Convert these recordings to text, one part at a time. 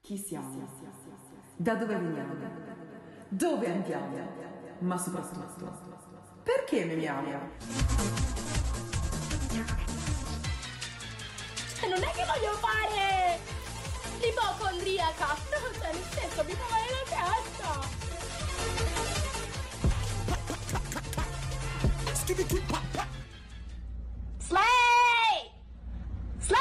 Chi siamo? Da dove veniamo? Dove andiamo? Ma soprattutto, perché memiamo? Non è che voglio fare l'ipocondriaca, no, cioè nel senso mi fa male la testa. Slay! Slay!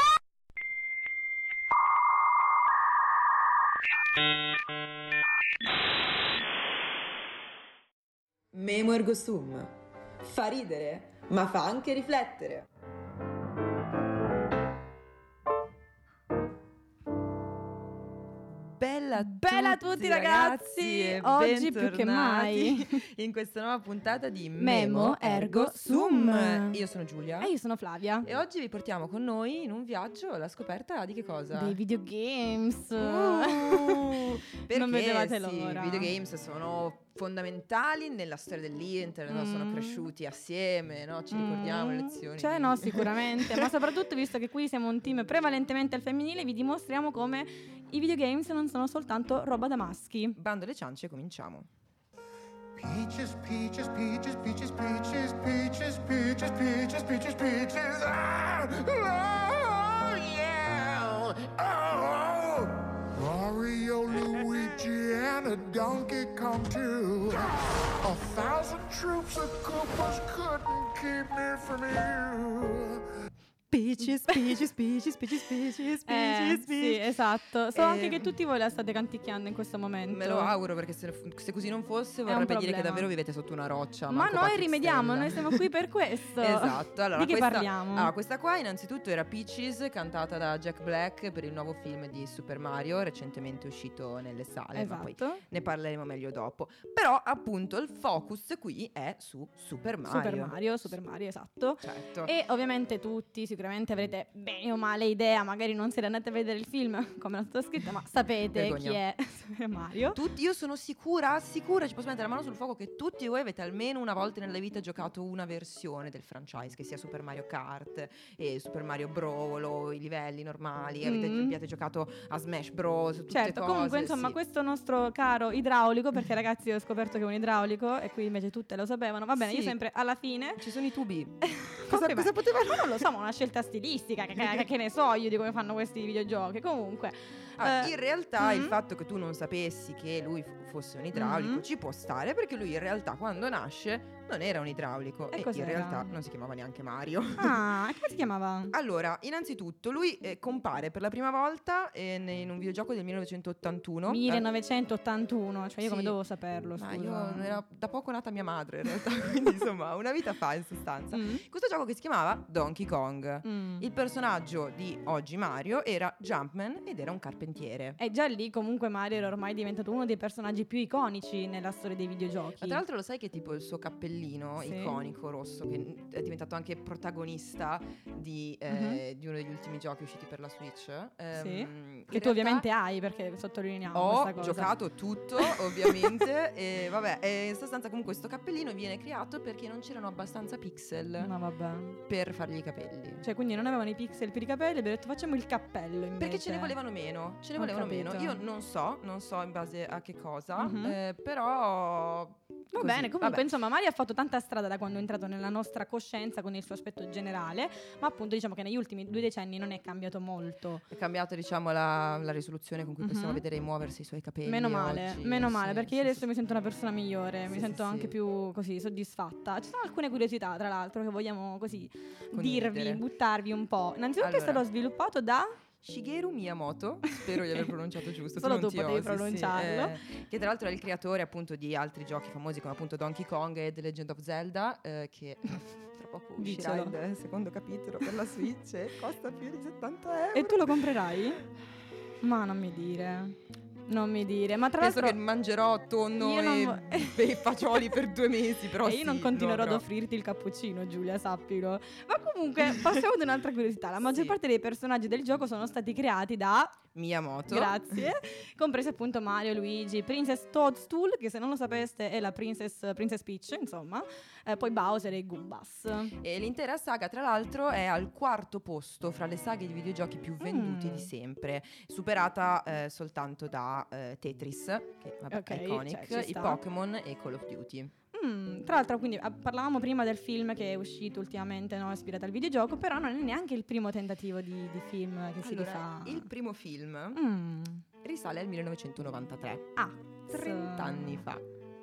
Memo ergo sum. Fa ridere, ma fa anche riflettere. Bella a tutti ragazzi, e oggi più che mai in questa nuova puntata di Memo Ergo Sum. Io sono Giulia E io sono Flavia. e oggi vi portiamo con noi in un viaggio alla scoperta di che cosa? Dei videogames. Perché Non vedevate sì, l'ora. i videogames sono fondamentali nella storia dell'internet, no? Sono cresciuti assieme, no? Ci ricordiamo le lezioni Cioè di- no, sicuramente. Ma soprattutto visto che qui siamo un team prevalentemente al femminile, vi dimostriamo come i videogames non sono soltanto roba da maschi. Bando alle ciance, cominciamo. Peaches, peaches, peaches, peaches, peaches, peaches, peaches, peaches, peaches, peaches. Ah! Oh, yeah! Oh! Mario, Luigi, and a Donkey Kong too. 1,000 troops of Koopas couldn't keep me from you. Peaches, peaches, peaches, peaches, peaches, peaches, Sì, esatto. So anche che tutti voi la state canticchiando in questo momento. Me lo auguro, perché se così non fosse un vorrebbe dire che problema. davvero vivete sotto una roccia. Ma manco noi Patrick rimediamo, Stella. noi siamo qui per questo. Esatto. Allora, Di che parliamo? Questa qua innanzitutto era Peaches, cantata da Jack Black per il nuovo film di Super Mario, recentemente uscito nelle sale, ma poi Esatto. ne parleremo meglio dopo. Però appunto il focus qui è su Super Mario. Super Mario, esatto. Certo. E ovviamente tutti sicuramente avrete bene o male idea, magari non siete andati a vedere il film come è stato scritto, ma sapete Vergogna. chi è Super Mario. Io sono sicura, ci posso mettere la mano sul fuoco che tutti voi avete almeno una volta nella vita giocato una versione del franchise, che sia Super Mario Kart e Super Mario Brawl, i livelli normali, abbiate giocato a Smash Bros, tutte Certo, cose, comunque insomma sì. questo nostro caro idraulico, perché ragazzi ho scoperto che è un idraulico e qui invece tutte lo sapevano, va bene, Sì. io sempre alla fine Ci sono i tubi. cosa poteva Ma non lo so, ma una scelta stilistica, che ne so io di come fanno questi videogiochi. Comunque In realtà il fatto che tu non sapessi che lui fosse un idraulico ci può stare, perché lui in realtà quando nasce non era un idraulico E e in cos'era? realtà non si chiamava neanche Mario. Ah, e come si chiamava? Allora, innanzitutto lui compare per la prima volta in un videogioco del 1981. 1981, cioè io come Sì. dovevo saperlo, Ma scusa. io era da poco nata mia madre in realtà, quindi insomma una vita fa in sostanza. Questo gioco che si chiamava Donkey Kong. Il personaggio di oggi Mario era Jumpman ed era un carpentiere. E già lì comunque Mario era ormai diventato uno dei personaggi più iconici nella storia dei videogiochi. Ma tra l'altro lo sai che tipo il suo cappellino Sì. iconico rosso, che è diventato anche protagonista di uno degli ultimi giochi usciti per la Switch, Sì. Che tu ovviamente hai, perché sottolineiamo ho questa cosa. giocato tutto ovviamente e vabbè, in sostanza comunque questo cappellino viene creato perché non c'erano abbastanza pixel No vabbè. per fargli i capelli. Cioè quindi non avevano i pixel per i capelli, abbiamo detto facciamo il cappello invece. Perché ce ne volevano meno, Ho capito. Io non so in base a che cosa, però Va così, bene, comunque vabbè. insomma Mario ha fatto tanta strada da quando è entrato nella nostra coscienza con il suo aspetto generale, ma appunto diciamo che negli ultimi 2 decenni non è cambiato molto. È cambiata diciamo la risoluzione con cui possiamo vedere muoversi i suoi capelli. Meno male, oggi. meno male, Sì, perché sì, io adesso sì. mi sento una persona migliore, mi Sì, sento sì, anche sì. più così soddisfatta. Ci sono alcune curiosità, tra l'altro, che vogliamo così Condividere. dirvi, buttarvi un po'. Innanzitutto è Allora. stato sviluppato da Shigeru Miyamoto, spero di aver pronunciato giusto. Solo non tu ti potevi osi, pronunciarlo. che tra l'altro è il creatore appunto di altri giochi famosi come appunto Donkey Kong e The Legend of Zelda, che tra poco uscirà Dicelo. il secondo capitolo per la Switch e costa più di 70 euro. E tu lo comprerai? Ma non mi dire. Non mi dire, ma tra Penso l'altro che mangerò tonno io non e fagioli per 2 mesi, però e io non sì, continuerò no, ad però- offrirti il cappuccino, Giulia, sappilo. Ma comunque passiamo ad un'altra curiosità. La maggior Sì. parte dei personaggi del gioco sono stati creati da Miyamoto. Grazie. Compresi appunto Mario, Luigi, Princess Toadstool, che se non lo sapeste è la Princess Peach, insomma, poi Bowser e Goombas. E l'intera saga, tra l'altro, è al 4° posto fra le saghe di videogiochi più venduti di sempre, superata soltanto da Tetris, che vabbè, Ok, iconic, cioè, ci i sta. Pokémon e Call of Duty. Tra l'altro, quindi parlavamo prima del film che è uscito ultimamente, no? Ispirato al videogioco, però non è neanche il primo tentativo di film che si rifà. Il primo film risale al 1993, Ah, 30 anni fa.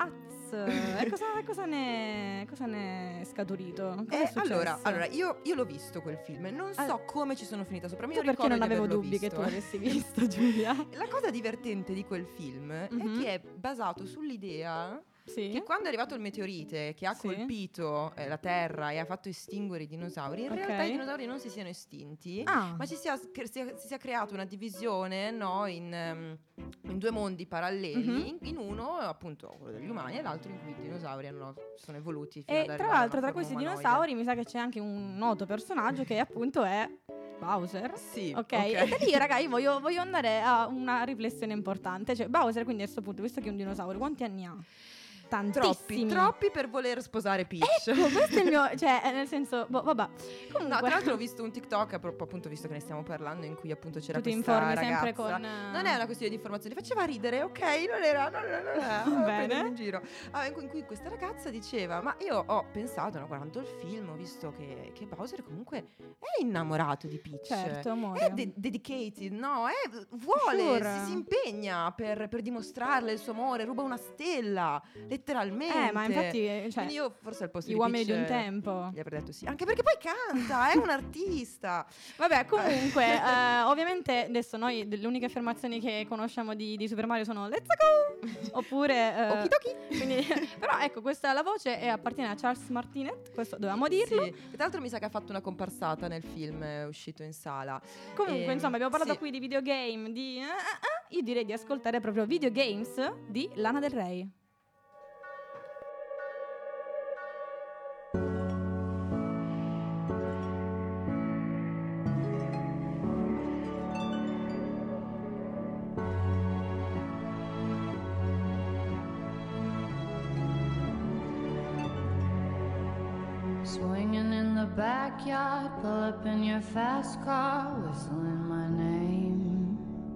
E cosa ne è scaturito? Cosa è successo? Allora io l'ho visto quel film, non so come ci sono finita sopra. Tu Io perché ricordo non di avevo averlo dubbi che visto. tu l'avessi visto, Giulia? La cosa divertente di quel film è che è basato sull'idea Sì. che quando è arrivato il meteorite che ha Sì. colpito la Terra e ha fatto estinguere i dinosauri, in Ok. realtà i dinosauri non si siano estinti, Ah. ma si sia creata una divisione, no, in 2 mondi paralleli, in uno appunto quello degli umani e l'altro in cui i dinosauri sono evoluti fino E ad tra arrivare a l'altro, una tra forma questi umanoide. dinosauri mi sa che c'è anche un noto personaggio che appunto è Bowser. Sì, Ok, e da lì, raga, io voglio andare a una riflessione importante. Cioè, Bowser, quindi a questo punto, visto che è un dinosauro, quanti anni ha? Tantissimi. Troppi per voler sposare Peach. Ecco, questo è il mio, cioè, nel senso, vabbè. Comunque, No, tra l'altro ho visto un TikTok, appunto, visto che ne stiamo parlando, in cui appunto c'era tu ti questa informi ragazza. sempre con Non è una questione di informazioni, faceva ridere, ok, non era Bene. prendermi in giro. In cui questa ragazza diceva, ma io ho pensato, guardando il film, ho visto che Bowser comunque è innamorato di Peach. Certo, amore. È dedicated, no? Vuole, Sure. si impegna per dimostrarle il suo amore, ruba una stella, letteralmente. Ma infatti, cioè, Quindi io forse al posto gli di uomini Peach di un tempo. gli avrei detto sì, anche perché poi canta, è un artista. Vabbè, comunque, ovviamente adesso noi le uniche affermazioni che conosciamo di Super Mario sono Let's go! Oppure Okidoki. quindi, però ecco, questa la voce appartiene a Charles Martinet, questo dovevamo dirlo. Sì. E tra l'altro mi sa che ha fatto una comparsata nel film uscito in sala. Comunque, insomma, abbiamo parlato sì. qui di videogame, io direi di ascoltare proprio Videogames di Lana Del Rey. Swinging in the backyard, pull up in your fast car, whistling my name.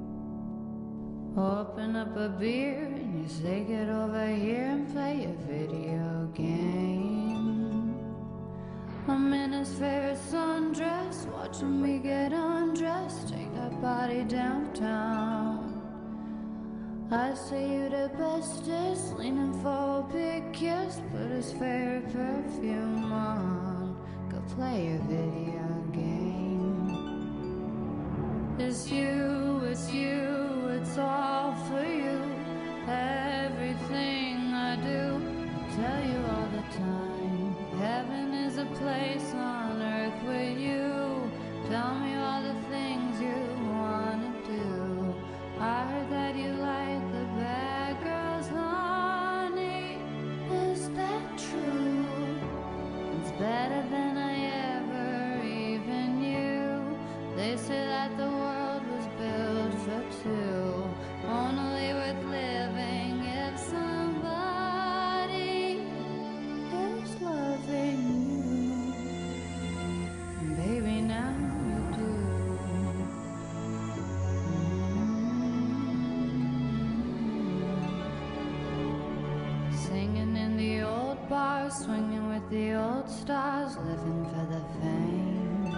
Open up a beer and you say get over here and play a video game. I'm in his favorite sundress, watching me get undressed, take that body downtown. I say you the bestest, leaning for a big kiss, put his favorite perfume on, go play a video game. It's you, it's all for you, everything I do, I tell you all the time, heaven is a place on earth with you, tell me all the things you wanna do, I heard that you like the bad girls, honey, is that true? It's better than I ever even knew. They say that the world was built for two, only worth living if somebody is loving you. And baby, now you do. Singing in the old bars, swinging with the old stars, living for the fame.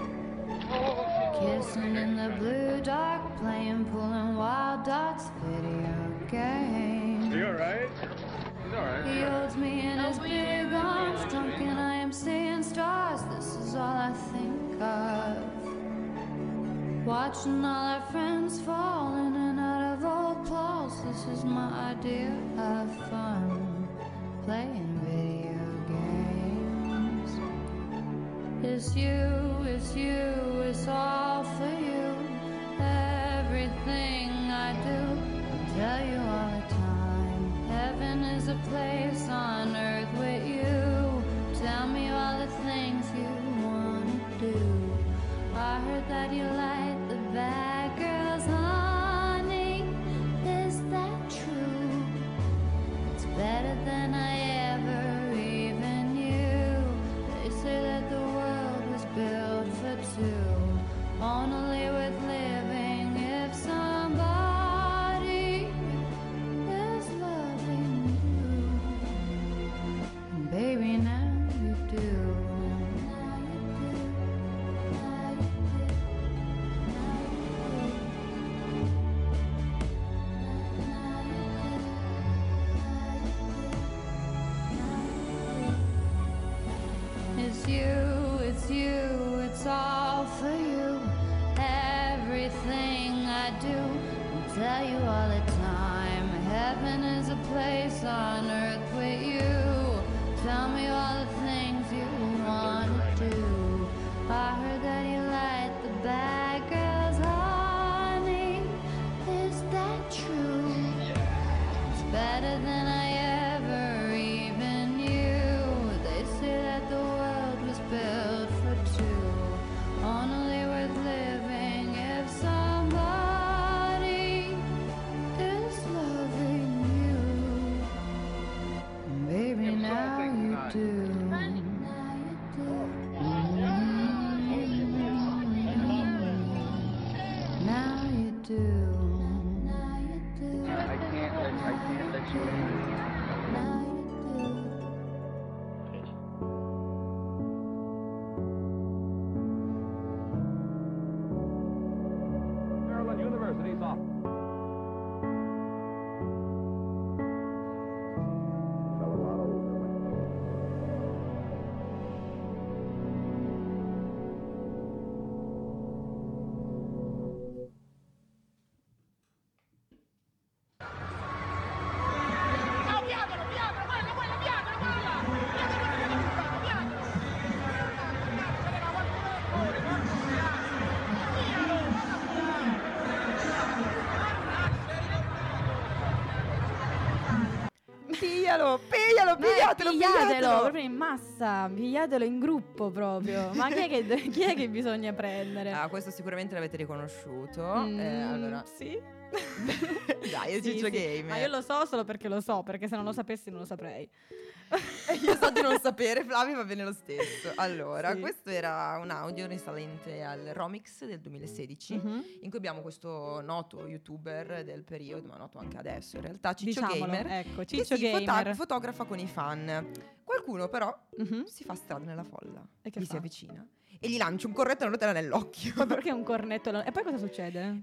Kissing in the blue dark, playing pool and wild dots, video game. You alright? He's alright. He holds me in his big arms, drunk and I am seeing stars. This is all I think of. Watching all our friends fall in and out of old clothes. This is my idea of fun, playing video games. It's you, it's all for you. Everything I do, I tell you all the time. Heaven is a place on earth with you. Tell me all the things you wanna do. I heard that you like the bad girls, huh? tell you all the time, heaven is a place on earth with you. Tell me all the things you want to do. I heard that you like the bad girls, honey. Is that true? It's better than I ever even knew. They say that the world was built for two, only worth living if somebody is loving you. Baby, now you do. Now you do. I can't let you in. Now you do. Maryland University's off. Pigliatelo proprio in massa, pigliatelo in gruppo proprio. Ma chi è che bisogna prendere? Ah, questo sicuramente l'avete riconosciuto. Allora, sì. dai, è Sì, Ciccio sì. Gamer. Ma io lo so solo perché lo so, perché se non lo sapessi non lo saprei. Io so di non sapere, Flavio, va bene lo stesso. Allora, Sì. questo era un audio risalente al Romix del 2016, in cui abbiamo questo noto youtuber del periodo, ma noto anche adesso in realtà, Ciccio Diciamolo, Gamer, ecco, che Ciccio si Gamer. fotografa con i fan. Qualcuno però Mhm. si fa strada nella folla, E che gli si fa? avvicina e gli lancia un corretto alla Nutella nell'occhio. Poi perché un cornetto? E poi cosa succede?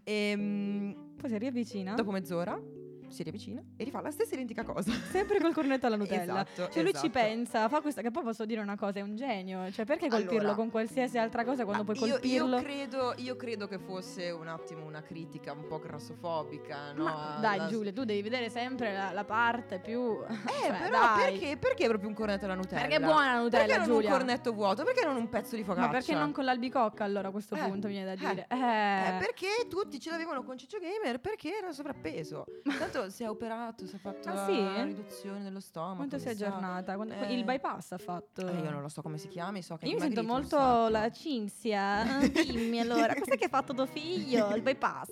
Poi si riavvicina? Dopo mezz'ora si riavvicina e rifà la stessa identica cosa. Sempre col cornetto alla Nutella. Esatto, Cioè lui ci esatto. pensa, fa questa, che poi posso dire una cosa, è un genio. Cioè perché colpirlo Allora, con qualsiasi altra cosa quando puoi io colpirlo? credo che fosse un attimo una critica un po' grassofobica, no? Ma dai Giulia, tu devi vedere sempre la parte più... cioè, Però dai. perché proprio un cornetto alla Nutella? Perché è buona la Nutella, Perché non Giulia? un cornetto vuoto? Perché non un pezzo di focaccia? Ma perché non con l'albicocca allora a questo punto viene da dire? Perché tutti ce l'avevano con Ciccio Gamer perché era sovrappeso. Tanto si è operato, si è fatto Ah, sì? la riduzione dello stomaco. Quanto si è mi sa. aggiornata? Il bypass ha fatto? Io non lo so come si chiami, so che è Io mi sento dimagrito molto un sacco. la Cinzia. Dimmi allora, cos'è che ha fatto tuo figlio? Il bypass?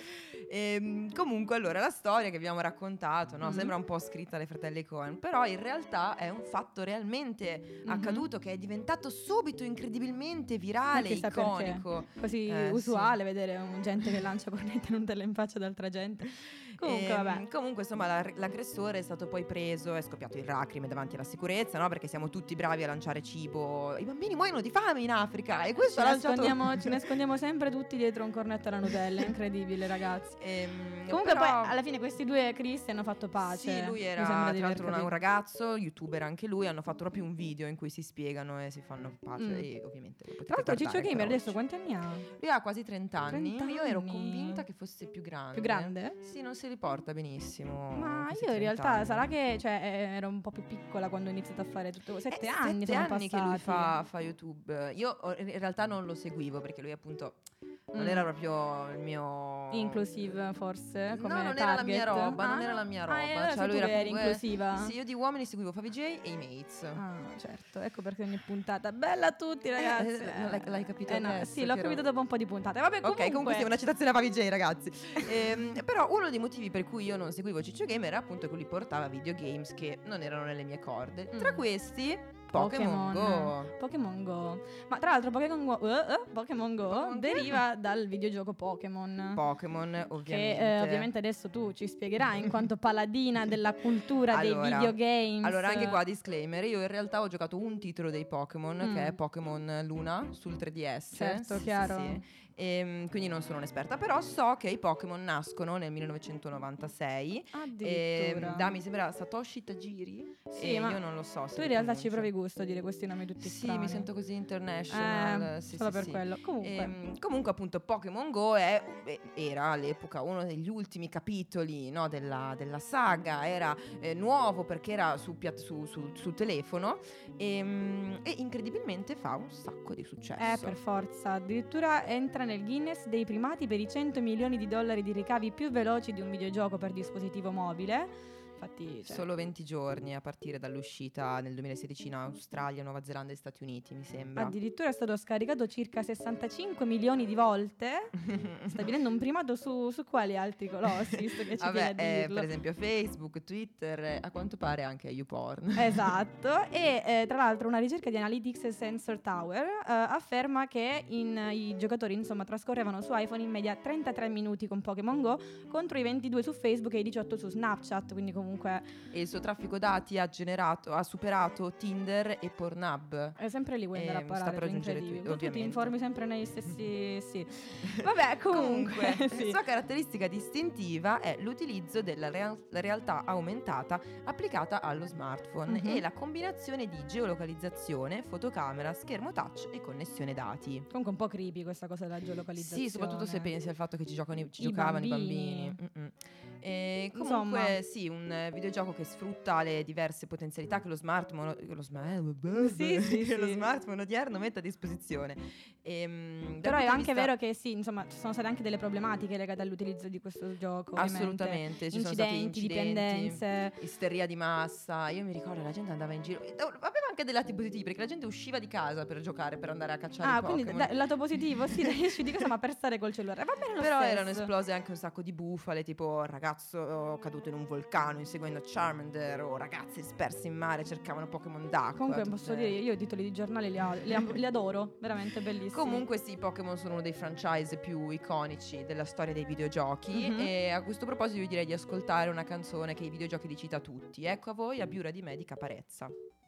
Comunque, allora, la storia che abbiamo raccontato, no? Mhm. Sembra un po' scritta dai fratelli Coen, però in realtà è un fatto realmente accaduto che è diventato subito incredibilmente virale, Chissà perché. iconico. Così Sì. usuale vedere gente che lancia cornette e Nutella in faccia ad altra gente. Comunque, vabbè. Comunque, insomma, l'aggressore è stato poi preso, è scoppiato in lacrime davanti alla sicurezza, no? Perché siamo tutti bravi a lanciare cibo. I bambini muoiono di fame in Africa e questo ha lanciato... Ci nascondiamo sempre tutti dietro un cornetto alla Nutella. È incredibile, ragazzi. Comunque, però- poi alla fine questi due cristi hanno fatto pace. Sì, lui Mi era sembra tra di aver l'altro un capito. ragazzo, youtuber anche lui, hanno fatto proprio un video in cui si spiegano e si fanno pace e ovviamente lo potete Tra l'altro Ciccio guardare Gamer per adesso oggi. quanti anni ha? Lui ha quasi 30 anni. 30 Io ero anni. convinta che fosse più grande. Più grande? Sì, non si riporta benissimo. Ma questi io in 30 realtà anni. sarà che ero un po' più piccola quando ho iniziato a fare tutto. 7 anni 7 sono anni che passati. lui fa YouTube. Io in realtà non lo seguivo perché lui appunto non Mm. era proprio il mio Inclusive forse come No, non target. era la mia roba, non Ah, era no? la mia Ah, roba. e allora Cioè, sei lui tu era che eri comunque- inclusiva. Sì, io di uomini seguivo Favij e i Mates. Ah, certo, ecco perché ogni puntata bella a tutti ragazzi. L'hai capito no, adesso sì, l'ho che capito ero- dopo un po' di puntate. Vabbè, Ok, comunque sì, una citazione a Favij, ragazzi. Però uno dei motivi per cui io non seguivo Ciccio Gamer era appunto che lui portava videogames che non erano nelle mie corde. Tra questi Pokémon Go. Pokémon Go. Ma tra l'altro Pokémon Go deriva dal videogioco Pokémon. Pokémon, ovviamente. Che ovviamente adesso tu ci spiegherai in quanto paladina della cultura dei videogames. Allora, anche qua disclaimer, io in realtà ho giocato un titolo dei Pokémon che è Pokémon Luna sul 3DS. Certo, Sì, chiaro. sì, sì. quindi non sono un'esperta, però so che i Pokémon nascono nel 1996 Addirittura. da, mi sembra, Satoshi Tajiri. Sì, ma io non lo so se tu in lo realtà ci pronuncio. provi gusto a dire questi nomi tutti Sì, strani. mi sento così international. Sì, solo sì, per sì. quello. Comunque appunto Pokémon Go era all'epoca uno degli ultimi capitoli, no, della saga, era nuovo perché era sul telefono e incredibilmente fa un sacco di successo. Per forza. Addirittura entra nel Guinness dei primati per i $100 milioni di ricavi più veloci di un videogioco per dispositivo mobile. Infatti, Solo 20 giorni a partire dall'uscita nel 2016 in Australia, Nuova Zelanda e Stati Uniti, mi sembra. Addirittura è stato scaricato circa 65 milioni di volte, stabilendo un primato su quali altri colossi, visto che ci tiene a dirlo. Per esempio Facebook, Twitter, a quanto pare anche YouPorn. Esatto, e tra l'altro una ricerca di Analytics Sensor Tower afferma che i giocatori insomma trascorrevano su iPhone in media 33 minuti con Pokémon Go contro i 22 su Facebook e i 18 su Snapchat, quindi comunque E il suo traffico dati ha superato Tinder e Pornhub. è sempre lì Wender a sta parare, per raggiungere incredibile. tutti, Tu ti ovviamente. informi sempre negli stessi sì. Vabbè, comunque sì. La sua caratteristica distintiva è l'utilizzo della realtà aumentata applicata allo smartphone Mhm. e la combinazione di geolocalizzazione, fotocamera, schermo touch e connessione dati. Comunque un po' creepy questa cosa della geolocalizzazione. Sì, soprattutto se pensi al fatto che ci giocavano i bambini. bambini. E Insomma. comunque sì, un videogioco che sfrutta le diverse potenzialità che lo smartphone Sì. lo smartphone odierno mette a disposizione. Però è anche vero che sì, insomma, ci sono state anche delle problematiche legate all'utilizzo di questo gioco. ovviamente. Assolutamente, ci sono stati Incidenti, incidenti, dipendenze. isteria di massa. Io mi ricordo la gente andava in giro, aveva anche dei lati positivi perché la gente usciva di casa per giocare, per andare a cacciare i Quindi Pokémon. il lato positivo, sì, esci di casa ma per stare col cellulare. Va bene lo Però stesso. erano esplose anche un sacco di bufale, tipo ragazzo caduto in un vulcano inseguendo Charmander o ragazze sperse in mare cercavano Pokémon d'acqua. Comunque tutte- posso dire, io i titoli di giornale li adoro, veramente bellissimi. Comunque sì, Pokémon sono uno dei franchise più iconici della storia dei videogiochi Mhm. e a questo proposito io direi di ascoltare una canzone che i videogiochi li cita tutti. Ecco a voi A Biura di me di Caparezza.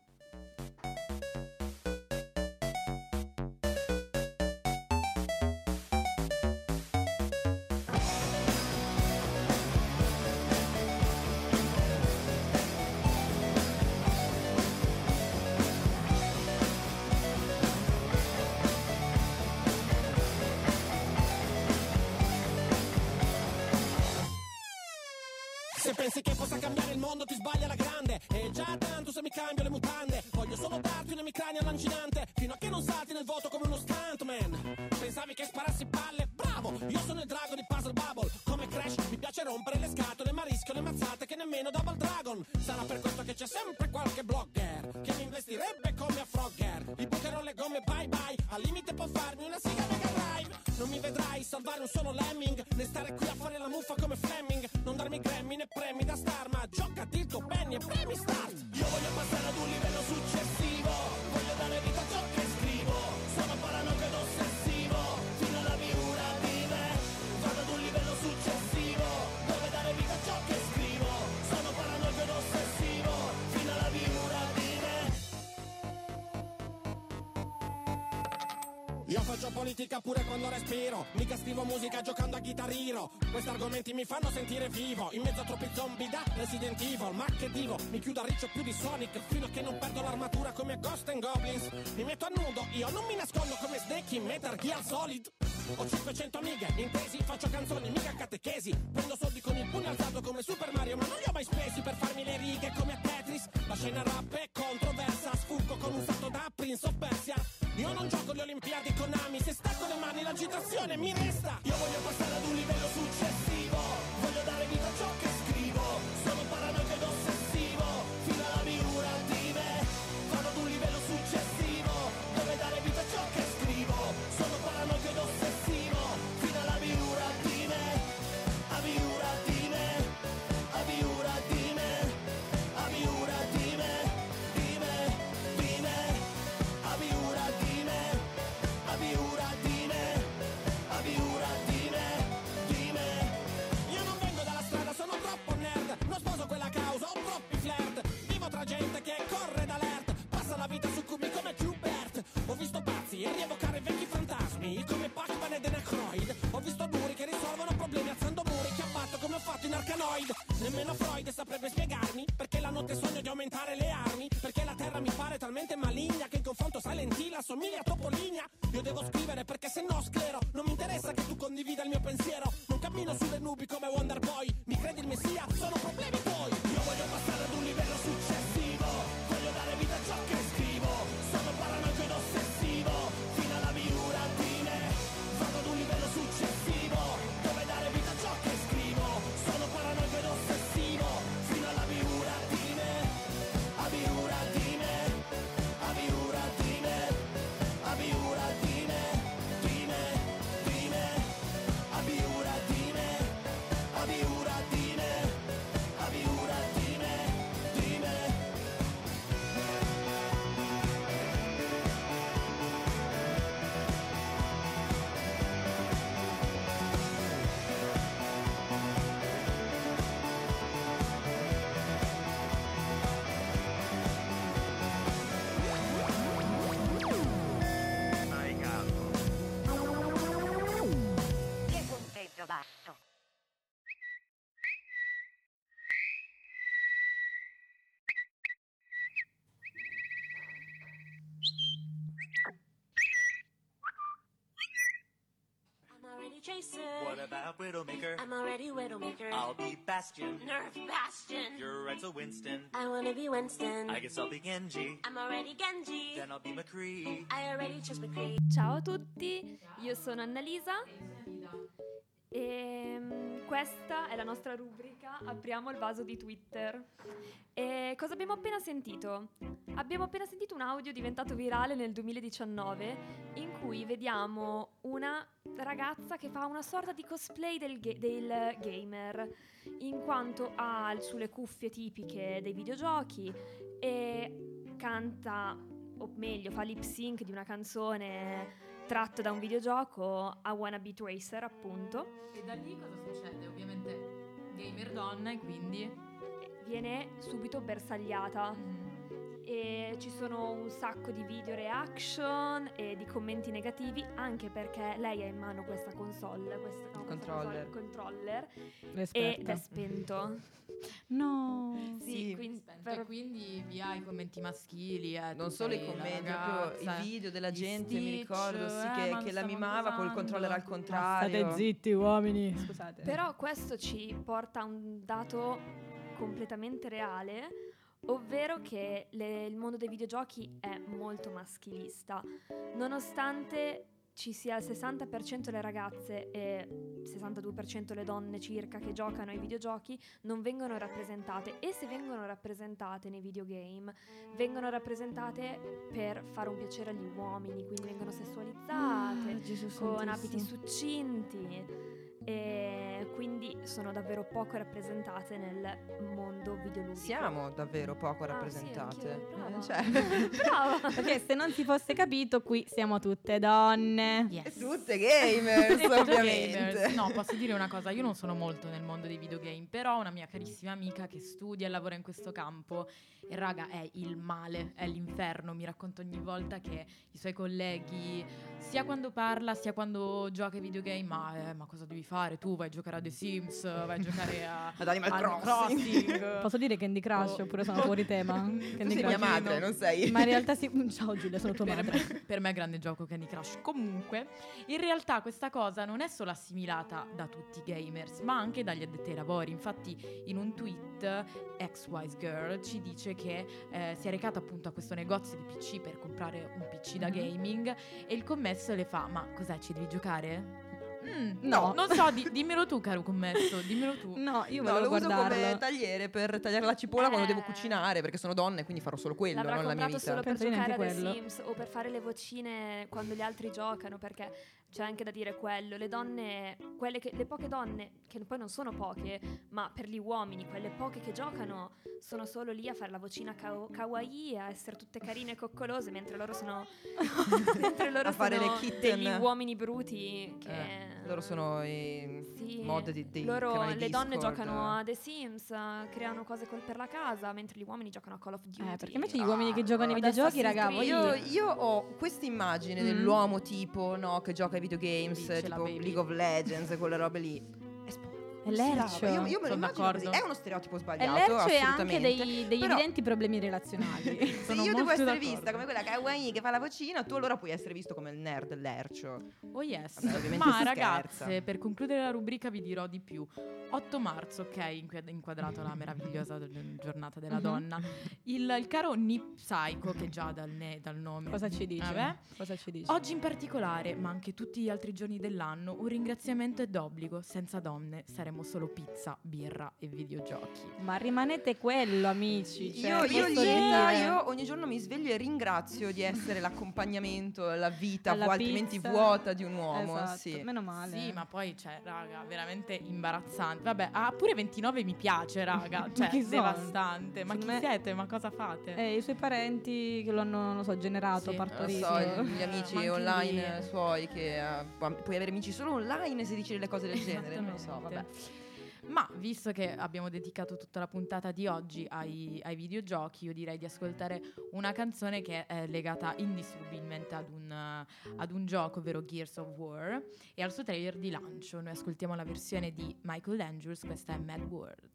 Se pensi che possa cambiare il mondo ti sbagli alla grande. E già tanto se mi cambio le mutande. Voglio solo darti un'emicrania lancinante fino a che non salti nel voto come uno stuntman. Pensavi che sparassi palle? Bravo! Io sono il drago di Puzzle Bubble. Come Crash mi piace rompere le scatole ma rischio le mazzate che nemmeno Double Dragon. Sarà per questo che c'è sempre qualche blogger che mi investirebbe come a Frogger. Gli bucherò le gomme bye bye. Al limite può farmi una siga Mega Drive. Non mi vedrai salvare un solo lemming, né stare qui a fare la muffa come Fleming. Non darmi Grammy né premi da star, ma giocati il tuo penny e premi start. Io voglio passare ad un livello successivo, voglio dare vita a ciò che scrivo. Sono paranoico ed ossessivo, fino alla miura di me. Vado ad un livello successivo, dove dare vita a ciò che scrivo. Sono paranoico ed ossessivo, fino alla miura di me. Io faccio politica pure quando respiro, mica scrivo musica giocando a Guitar Hero. Questi argomenti mi fanno sentire vivo, in mezzo a troppi zombie da Resident Evil. Ma che divo, mi chiudo a riccio più di Sonic, fino a che non perdo l'armatura come a Ghost and Goblins. Mi metto a nudo, io non mi nascondo come Snake in Metal Gear Solid. Ho 500 amiche, intesi, faccio canzoni, mica catechesi. Prendo soldi con il pugno alzato come Super Mario, ma non li ho mai spesi per farmi le righe come a Tetris. La scena rap è controversa, sfuggo con un salto da Prince of Persia. Io non gioco le Olimpiadi con Ami, se stacco le mani l'agitazione mi resta. Io voglio passare ad un livello successivo, voglio dare vita a ciò che scrivo. Sono paranoico ed ossessivo, fino alla miura di me. Vado ad un livello successivo, dove dare vita a ciò che scrivo. Sono paranoico ed ossessivo, fino alla miura di me. A miura di me, a miura di me, a miura di me, di me, di me. A miura di me, a miura di me, a miura di me, umanoid. Nemmeno Freud saprebbe spiegarmi perché la notte sogno di aumentare le armi, perché la terra mi pare talmente maligna che in confronto Silent Hill assomiglia a Topolinia. Io devo scrivere perché se no sclero, non mi interessa che tu condivida il mio pensiero, non cammino sulle nubi come Wonder Boy, mi credi il messia? Sono problemi tuoi. Io voglio passare ad un livello successivo, voglio dare vita a ciò che scrivo, sono paranoico ed ossessivo, fino alla viruratine. Vado ad un livello successivo, dove dare vita a ciò che scrivo, sono paranoico ed ossessivo, fino alla viruratine. A viruratine, a viruratine, a viruratine, dime, dime, a viruratine, a viruratine, a viruratine, dime. Punteggio basso. I'm already Jason. What about Widowmaker? I'm already Widowmaker. I'll be Bastion. Nerf Bastion. You're right, so Winston. I wanna be Winston. I guess I'll be Genji. I'm already Genji. Then I'll be McCree. I already chose McCree. Ciao a tutti, io sono Annalisa e questa è la nostra rubrica Apriamo il vaso di Twitter. E cosa abbiamo appena sentito? Abbiamo appena sentito un audio diventato virale nel 2019 in cui vediamo una ragazza che fa una sorta di cosplay del gamer, in quanto ha sulle cuffie tipiche dei videogiochi e canta, o meglio fa lip sync di una canzone tratto da un videogioco, a Wanna Be Tracer appunto. E da lì cosa succede? Ovviamente gamer donna e quindi viene subito bersagliata. E ci sono un sacco di video reaction e di commenti negativi, anche perché lei ha in mano questa console, controller ed è spento. No. Sì, quindi via i commenti maschili, non solo i commenti, proprio i video della gente, mi ricordo che la mimava col controller al contrario. State zitti, uomini. Scusate. Però questo ci porta a un dato completamente reale, ovvero che il mondo dei videogiochi è molto maschilista, nonostante ci sia il 60% le ragazze e 62% le donne circa che giocano ai videogiochi, non vengono rappresentate, e se vengono rappresentate nei videogame vengono rappresentate per fare un piacere agli uomini, quindi vengono sessualizzate con abiti succinti, e quindi sono davvero poco rappresentate nel mondo videoludico. Siamo davvero poco rappresentate. Brava. Perché se non si fosse capito, qui siamo tutte donne. Yes. Tutte gamers, ovviamente. No, posso dire una cosa, io non sono molto nel mondo dei videogame, però ho una mia carissima amica che studia e lavora in questo campo e raga è il male, è l'inferno, mi racconta ogni volta che i suoi colleghi, sia quando parla sia quando gioca ai videogame, ma cosa devi fare? Tu vai a giocare a The Sims, vai a giocare ad Animal Crossing. Posso dire Candy Crush oppure sono fuori tema? Tu sei mia madre, non sei? Ma in realtà sì. Ciao Giulia, sono tua madre. Per me è grande gioco Candy Crush. Comunque, in realtà questa cosa non è solo assimilata da tutti i gamers, ma anche dagli addetti ai lavori. Infatti in un tweet XWise Girl ci dice che si è recata appunto a questo negozio di PC per comprare un PC da gaming e il commesso le fa: ma cos'è, ci devi giocare? No, non so, dimmelo tu caro commesso, dimmelo tu. No, io lo volevo uso guardarlo come tagliere per tagliare la cipolla quando devo cucinare, perché sono donne, quindi farò solo quello, l'avrà non la mia vita. solo per Penso giocare a The quello. Sims o per fare le vocine quando gli altri giocano, perché c'è anche da dire quello, le donne, le poche donne, che poi non sono poche, ma per gli uomini, quelle poche che giocano sono solo lì a fare la vocina kawaii, a essere tutte carine e coccolose, mentre loro sono a fare le kitten. degli uomini bruti che loro sono i mod dei loro, canali le donne Discord. giocano a The Sims, creano cose per la casa, mentre gli uomini giocano a Call of Duty. Perché invece gli uomini che giocano ai videogiochi, raga, io ho questa immagine dell'uomo tipo, no, che gioca ai videogames, tipo League of Legends e quelle robe lì. È lercio. Sì, io me lo Sono immagino così. d'accordo. È uno stereotipo È sbagliato, lercio e anche assolutamente. degli Però evidenti problemi relazionali. se Sono io devo molto essere d'accordo. vista come quella kawaii che fa la vocina, tu allora puoi essere visto come il nerd lercio. Oh yes. Vabbè, ovviamente Ma si ragazze, scherza. per concludere la rubrica vi dirò di più. 8 marzo, ok, inquadrato la meravigliosa giornata della donna. Il caro Nip Psycho, che già dal nome. Cosa ci dice? Vabbè. Cosa ci dice? Oggi in particolare, ma anche tutti gli altri giorni dell'anno, un ringraziamento è d'obbligo. Senza donne saremo solo pizza, birra e videogiochi. Ma rimanete quello, amici. Cioè, Io, posso Lita, dire- io ogni giorno mi sveglio e ringrazio di essere l'accompagnamento, la vita Alla altrimenti pizza. vuota di un uomo. Esatto, Sì. meno male. Sì, ma poi, cioè, raga, veramente imbarazzante. Vabbè, pure 29 mi piace, raga. Cioè, chi sono? devastante. Ma chi Secondo me- siete? Ma cosa fate? I suoi parenti che lo hanno, non lo so, generato, Sì, Non partorito. so, gli amici Ma anche online lì. suoi che puoi avere amici solo online se dici delle cose del genere, non lo so, vabbè. Ma visto che abbiamo dedicato tutta la puntata di oggi ai videogiochi, io direi di ascoltare una canzone che è legata indissolubilmente ad un gioco, ovvero Gears of War, e al suo trailer di lancio. Noi ascoltiamo la versione di Michael Andrews, questa è Mad World.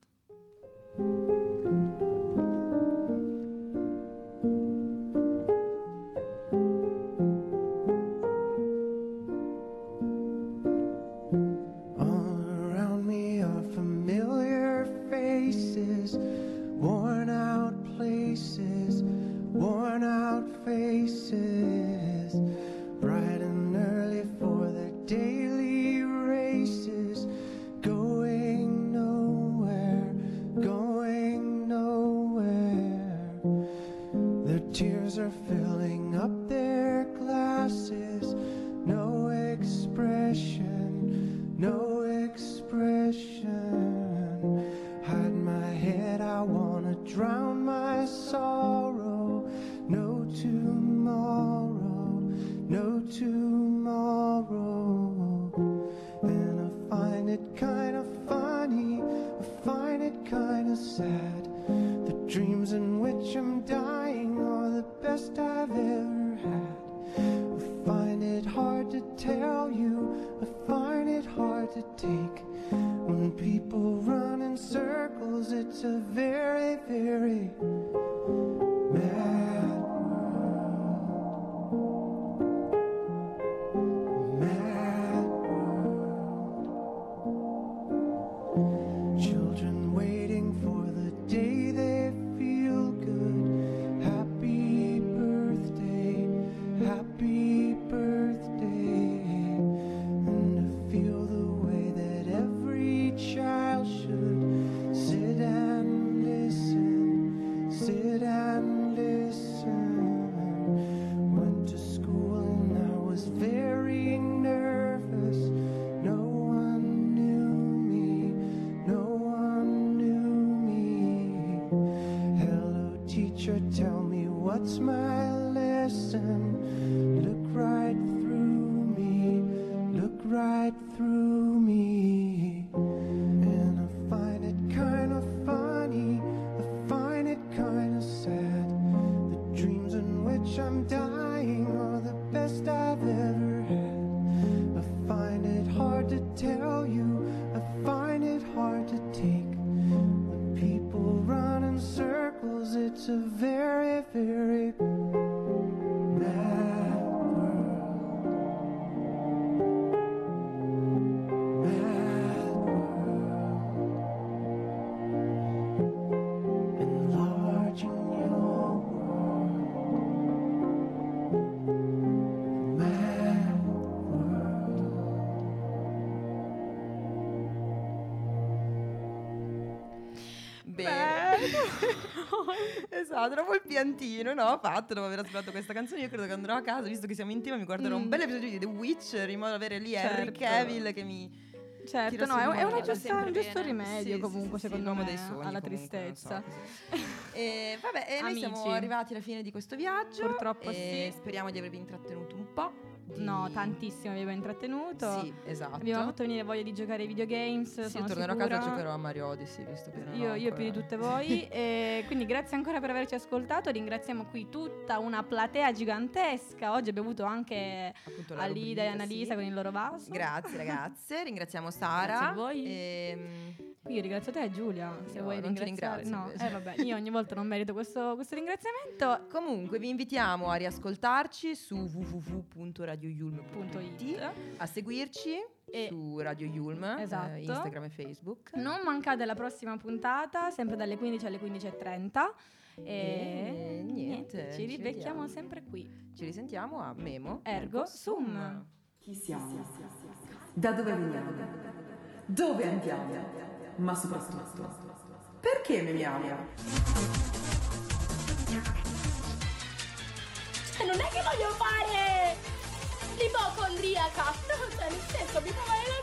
All around me are familiar faces, worn out places, worn out faces, bright and early for their daily races, going nowhere, going nowhere. Their tears are filling up their glasses, no expression, no expression. Hide my head, I wanna drown my sorrow. No tomorrow, no tomorrow. And I find it kind of funny, I find it kind of sad. The dreams in which I'm dying are the best I've ever had. I find it hard to tell you, I find it hard to take. When people run in circles, it's a very, very mad world. Mad world. Children waiting for the day they feel good. Happy birthday, happy birthday. And to feel the way that every child should sit and listen, sit and listen. Went to school and I was very nervous. No one knew me, no one knew me. Hello teacher, tell me what's my lesson. Look right through me, look right through me. And I find it kind of funny, I find it kind of sad. The dreams in which I'm dying are the best I've ever had. I find it hard to tell you, I find it hard to take. When people run in circles, it's a very, very mad world. Mad world. Enlarging your world. Mad Bene. Esatto, dopo il piantino, no, fatto dopo aver ascoltato questa canzone. Io credo che andrò a casa, visto che siamo in tema, mi guarderò un bel episodio di The Witcher in modo da avere lì Henry Certo. Cavill che mi Certo, tira no, sul è morale. un Sempre giusto bene. rimedio Sì, comunque, sì, sì, secondo l'uomo me, dei sogni, alla comunque, tristezza. non so. E vabbè, noi Amici. siamo arrivati alla fine di questo viaggio. Purtroppo e sì. speriamo di avervi intrattenuto un po'. No, tantissimo, mi abbiamo intrattenuto. Sì, esatto. Abbiamo fatto venire voglia di giocare ai videogames. Sì, sono tornerò sicura. a casa e giocherò a Mario Odyssey, visto che non ho Io ancora- più di tutte voi. E quindi grazie ancora per averci ascoltato. Ringraziamo qui tutta una platea gigantesca. Oggi abbiamo avuto anche Appunto la Alida e rubrica, Annalisa sì. con il loro vaso. Grazie ragazze, ringraziamo Sara. Grazie a voi. Ehm, Qui io ringrazio te Giulia, se No, vuoi non ti ringraziare. ringrazio, No, invece. vabbè, io ogni volta non merito questo ringraziamento. Comunque vi invitiamo a riascoltarci su www.radioyulm.it, a seguirci E- su Radio Yulm, Esatto. Instagram e Facebook. Non mancate alla prossima puntata, sempre dalle 15 alle 15:30. E niente, ci ribecchiamo vediamo. sempre qui. Ci risentiamo a Memo Ergo Sum. Chi siamo? Da dove veniamo? Dove andiamo? Ma soprattutto, perché memiamo? Non è che voglio fare l'ipocondriaca, cioè nel senso mi fa male la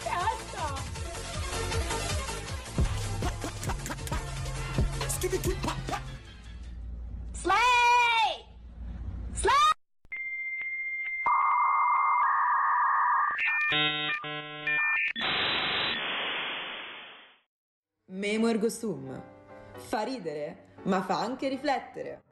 testa. Slay! Slay! Memo Ergo Sum. Fa ridere, ma fa anche riflettere.